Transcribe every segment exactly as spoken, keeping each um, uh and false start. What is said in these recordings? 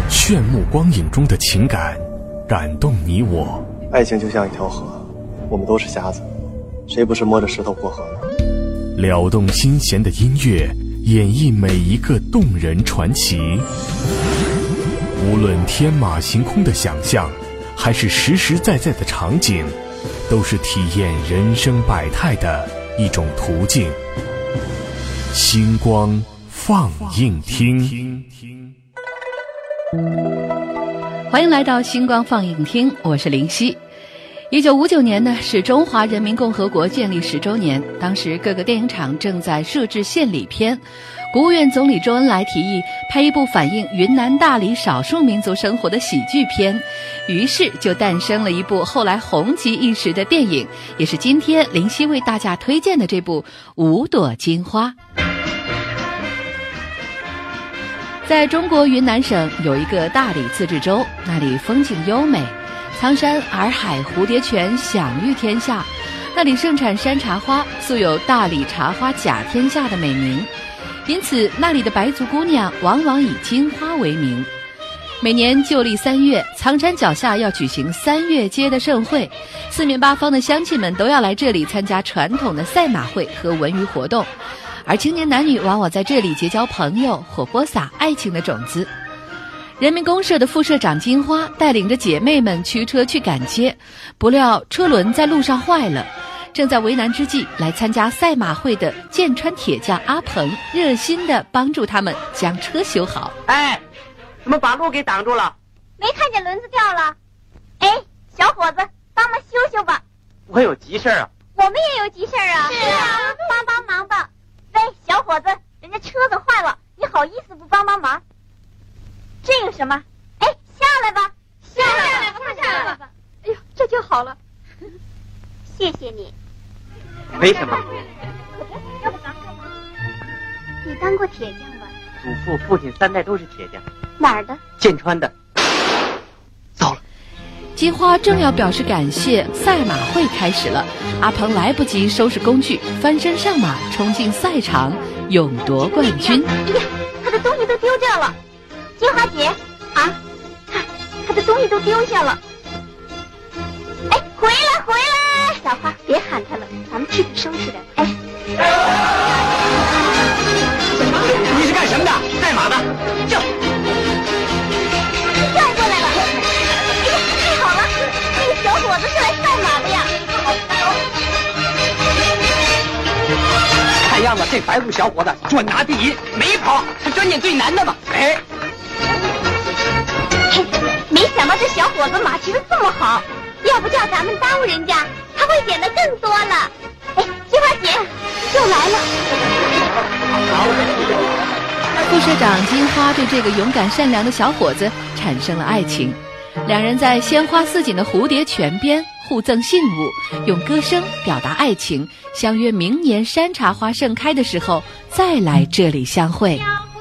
炫目光影中的情感，感动你我。 爱情就像一条河，我们都是瞎子，谁不是摸着石头过河呢？ 撩动心弦的音乐，演绎每一个动人传奇。无论天马行空的想象，还是实实在在的场景，都是体验人生百态的一种途径。星光放映厅， 欢迎来到星光放映厅，我是林夕。一九五九年呢，是中华人民共和国建立十周年，当时各个电影厂正在设置献礼片。国务院总理周恩来提议拍一部反映云南大理少数民族生活的喜剧片，于是就诞生了一部后来红极一时的电影，也是今天林夕为大家推荐的这部《五朵金花》。在中国云南省有一个大理自治州，那里风景优美，苍山洱海蝴蝶泉享誉天下，那里盛产山茶花，素有大理茶花甲天下的美名，因此那里的白族姑娘往往以金花为名。每年旧历三月，苍山脚下要举行三月节的盛会，四面八方的乡亲们都要来这里参加传统的赛马会和文娱活动，而青年男女往往在这里结交朋友，或播撒爱情的种子。人民公社的副社长金花带领着姐妹们驱车去赶街，不料车轮在路上坏了，正在为难之际，来参加赛马会的剑川铁匠阿鹏热心地帮助他们将车修好。 哎，怎么把路给挡住了？ 没看见轮子掉了。哎，小伙子，帮忙修修吧。 我有急事啊。 我们也有急事啊。是啊，帮帮忙吧。喂，小伙子，人家车子坏了，你好意思不帮帮忙？这个什么？哎，下来吧，下来吧，下来吧。哎呦，这就好了。谢谢你。 没什么。 要不咱干嘛？你当过铁匠吧？ 祖父、父亲三代都是铁匠。 哪儿的？ 剑川的。糟了。 金花正要表示感谢，赛马会开始了。阿鹏来不及收拾工具，翻身上马，冲进赛场，勇夺冠军。 哎呀，他的东西都丢掉了。金花姐，啊，看他的东西都丢下了。哎，回来回来！小花，别喊他了，咱们去收拾的。哎， 你是干什么的？赛马的。这掉过来了。哎呀，太好了，那个小伙子是来赛马的呀。 看样子这白族小伙子专拿第一，没跑，他专捡最难的嘛。哎。 没想到这小伙子马骑得这么好，要不叫咱们耽误人家，他会捡得更多了。哎，金花姐又来了。 副社长金花对这个勇敢善良的小伙子产生了爱情，两人在鲜花似锦的蝴蝶泉边互赠信物，用歌声表达爱情，相约明年山茶花盛开的时候再来这里相会。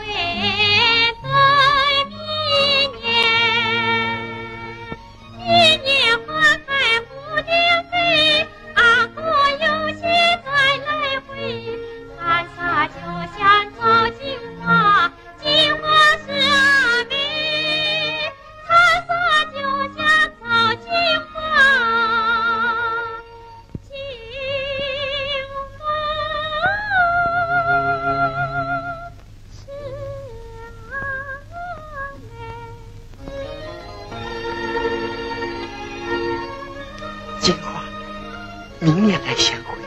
明年来相会。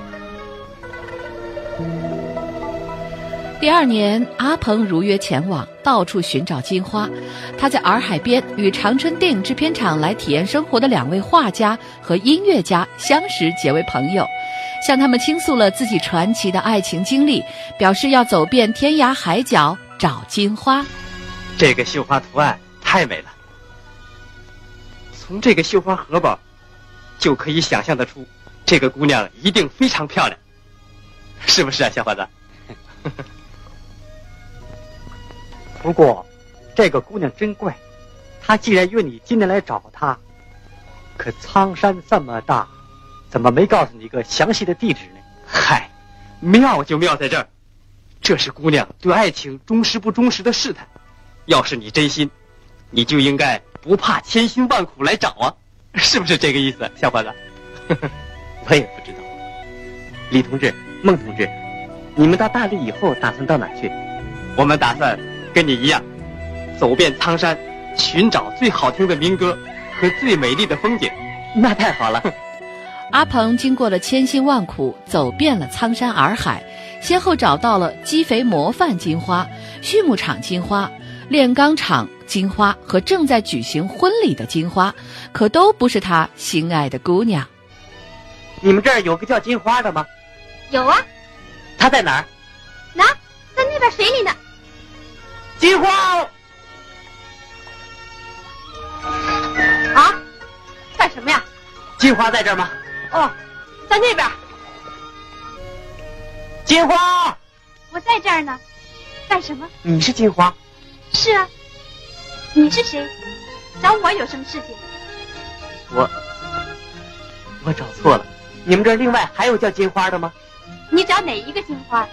第二年，阿鹏如约前往，到处寻找金花。他在洱海边与长春电影制片厂来体验生活的两位画家和音乐家相识结为朋友，向他们倾诉了自己传奇的爱情经历，表示要走遍天涯海角找金花。 这个绣花图案太美了，从这个绣花荷包就可以想象得出，这个姑娘一定非常漂亮，是不是啊，小伙子？不过，这个姑娘真怪，她既然约你今天来找她，可苍山这么大，怎么没告诉你一个详细的地址呢？嗨，妙就妙在这儿，这是姑娘对爱情忠实不忠实的试探。要是你真心， 你就应该不怕千辛万苦来找啊，是不是这个意思，小伙子？我也不知道。李同志、孟同志，你们到大理以后打算到哪儿去？我们打算跟你一样，走遍苍山，寻找最好听的民歌和最美丽的风景。那太好了。 阿鹏经过了千辛万苦，走遍了苍山洱海，先后找到了鸡肥模范金花、畜牧场金花、炼钢厂金花和正在举行婚礼的金花，可都不是他心爱的姑娘。 你们这儿有个叫金花的吗？ 有啊。 她在哪儿？ 那在那边水里呢。 金花啊？干什么呀？ 金花在这儿吗？ 哦，在那边。 金花， 我在这儿呢。干什么？ 你是金花？ 是啊。你是谁？找我有什么事情？ 我我找错了。你们这儿另外还有叫金花的吗？ 你找哪一个金花？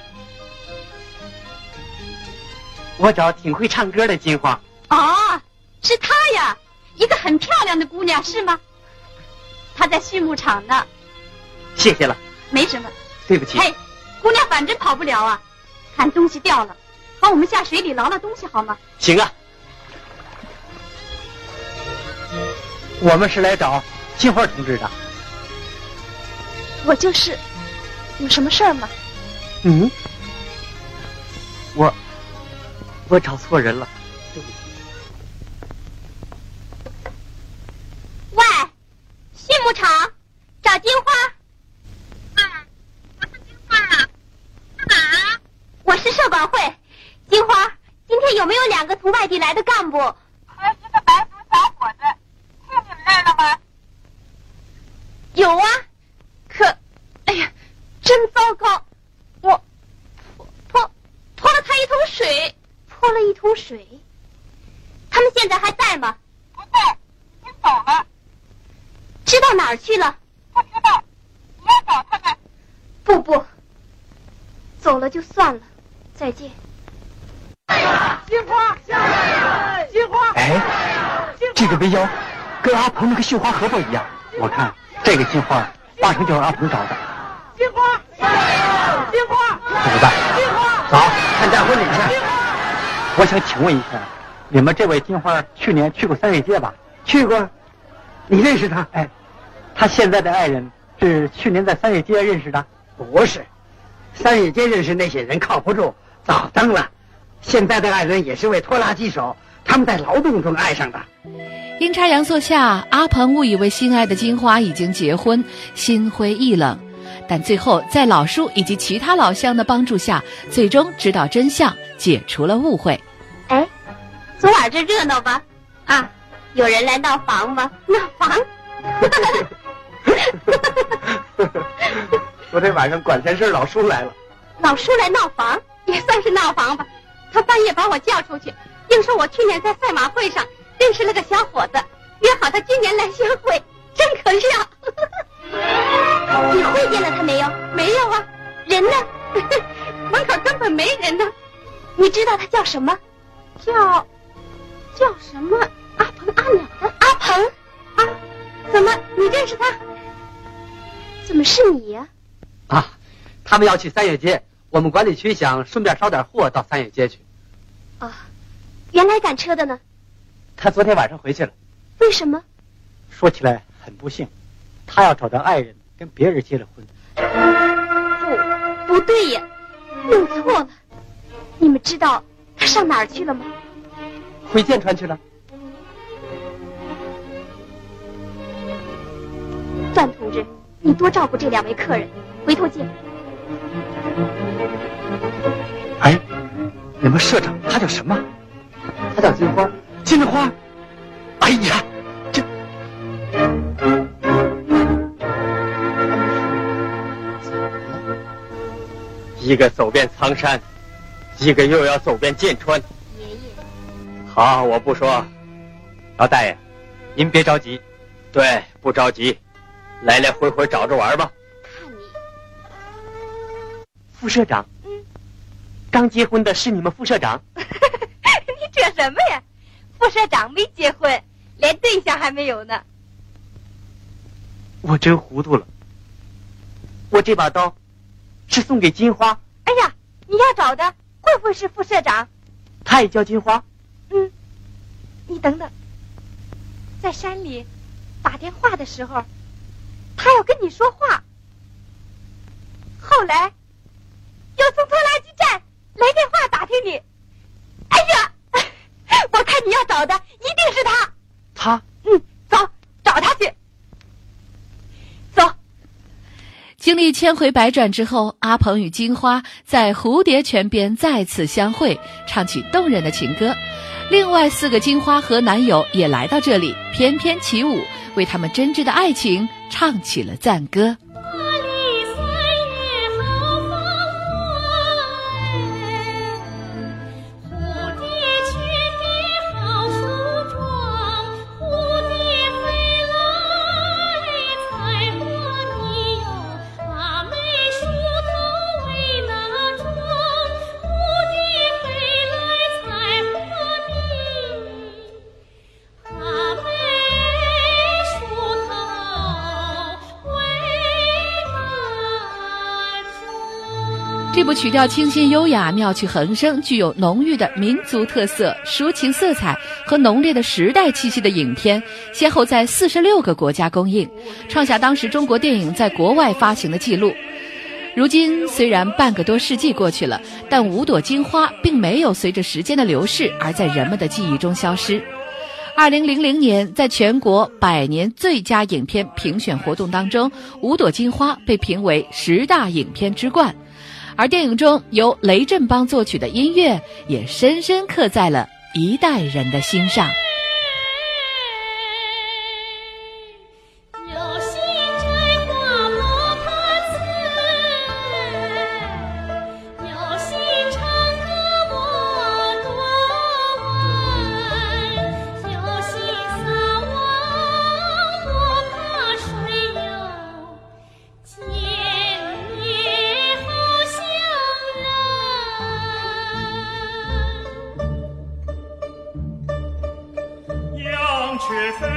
我找挺会唱歌的金花。 哦，是她呀，一个很漂亮的姑娘，是吗？她在畜牧场呢。 谢谢了。 没什么。 对不起。 嘿，姑娘反正跑不了啊，看东西掉了，帮我们下水里捞捞东西好吗？ 行啊。我们是来找金花同志的。 我就是，有什么事儿吗？ 嗯，我我找错人了，对不起。 喂，畜牧场找金花。嗯，我是金花啊，在哪儿啊？我是社管会。金花，今天有没有两个从外地来的干部和一个白族小伙子去你们那儿了吗？有啊。可，哎呀，真糟糕！我泼泼泼了他一桶水，泼了一桶水。他们现在还在吗？不在，已经走了。知道哪儿去了？不知道。你要找他们？不不，走了就算了。再见。 金花，下来！金花！ 哎，这个围腰跟阿鹏那个绣花荷包一样。我看这个金花八成就是阿鹏找的。 金花，金花， 怎么办？ 金花， 走，参加婚礼去。我想请问一下，你们这位金花去年去过三月街吧？去过。你认识她？哎，她现在的爱人是去年在三月街认识的？ 不是，三月街认识那些人靠不住，早登了。现在的爱人也是位拖拉机手，他们在劳动中爱上的。 阴差阳错下，阿鹏误以为心爱的金花已经结婚，心灰意冷。但最后在老叔以及其他老乡的帮助下，最终知道真相，解除了误会。 哎，昨晚这热闹吧？啊，有人来闹房吗？闹房？ 昨天晚上管闲事老叔来了。 老叔来闹房，也算是闹房吧。他半夜把我叫出去，硬说我去年在赛马会上认识了个小伙子，约好他今年来相会，真可笑。你会见了他没有？没有啊。人呢？门口根本没人呢。你知道他叫什么？叫叫什么？阿鹏阿鸟的阿鹏啊？怎么你认识他？怎么是你呀？ 啊，他们要去三月街，我们管理区想顺便捎点货到三月街去。 哦，原来赶车的呢？ 他昨天晚上回去了。 为什么？ 说起来很不幸，他要找到爱人，跟别人结了婚。 不，不对呀，弄错了。你们知道他上哪儿去了吗？ 回剑川去了。 段同志，你多照顾这两位客人，回头见。 哎，你们社长他叫什么？他叫金花。金花？哎呀，这一个走遍苍山，一个又要走遍剑川。 爷爷， 好，我不说。老大爷，您别着急。对，不着急，来来回回找着玩吧。 看你， 副社长。嗯，刚结婚的是你们副社长？ 你扯什么呀？ 副社长没结婚，连对象还没有呢。 我真糊涂了。我这把刀是送给金花。 哎呀，你要找的会不会是副社长？ 他也叫金花？ 嗯，你等等，在山里打电话的时候，他要跟你说话。后来又从拖拉机站来电话打听你。哎呀，我看你要找的一定是他。 他？ 嗯，走，找他去。走。 经历千回百转之后，阿鹏与金花在蝴蝶泉边再次相会，唱起动人的情歌。另外四个金花和男友也来到这里，翩翩起舞，为他们真挚的爱情唱起了赞歌。这部曲调清新优雅、妙趣横生，具有浓郁的民族特色、抒情色彩和浓烈的时代气息的影片，先后在四十六个国家公映，创下当时中国电影在国外发行的记录。如今虽然半个多世纪过去了，但五朵金花并没有随着时间的流逝而在人们的记忆中消失。二零零零年，在全国百年最佳影片评选活动当中，五朵金花被评为十大影片之冠。而电影中由雷振邦作曲的音乐也深深刻在了一代人的心上。 却飞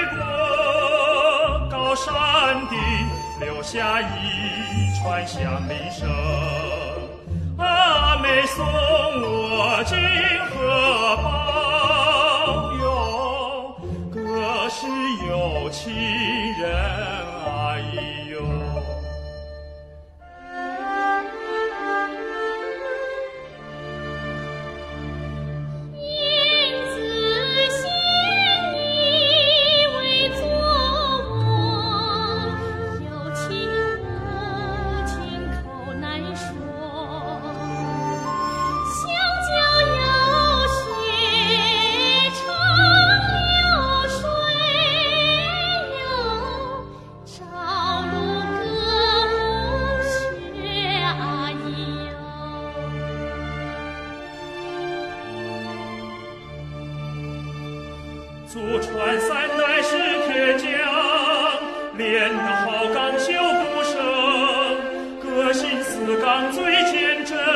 过高山顶，留下一串响铃声。阿妹送我金荷包邮，可是有情人哎呦。祖传三代是铁匠，炼得好钢修不生，个性似钢最坚贞，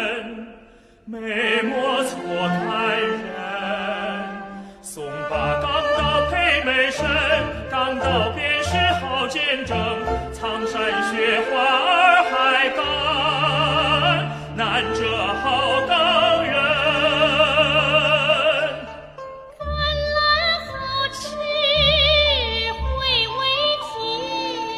美莫错看人。松把钢刀配美身，钢刀便是好见证，苍山雪花儿还干，难这好钢人。 甘蓝好吃，回味甜。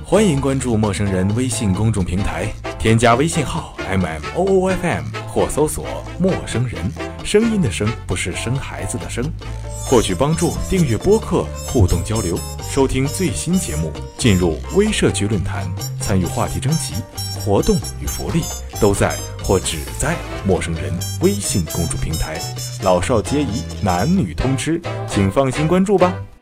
欢迎关注陌生人微信公众平台，添加微信号 M M O O F M 或搜索陌生人，声音的声不是生孩子的生。获取帮助，订阅播客，互动交流，收听最新节目，进入微社区论坛，参与话题征集，活动与福利都在或只在陌生人微信公众平台，老少皆宜，男女通吃，请放心关注吧。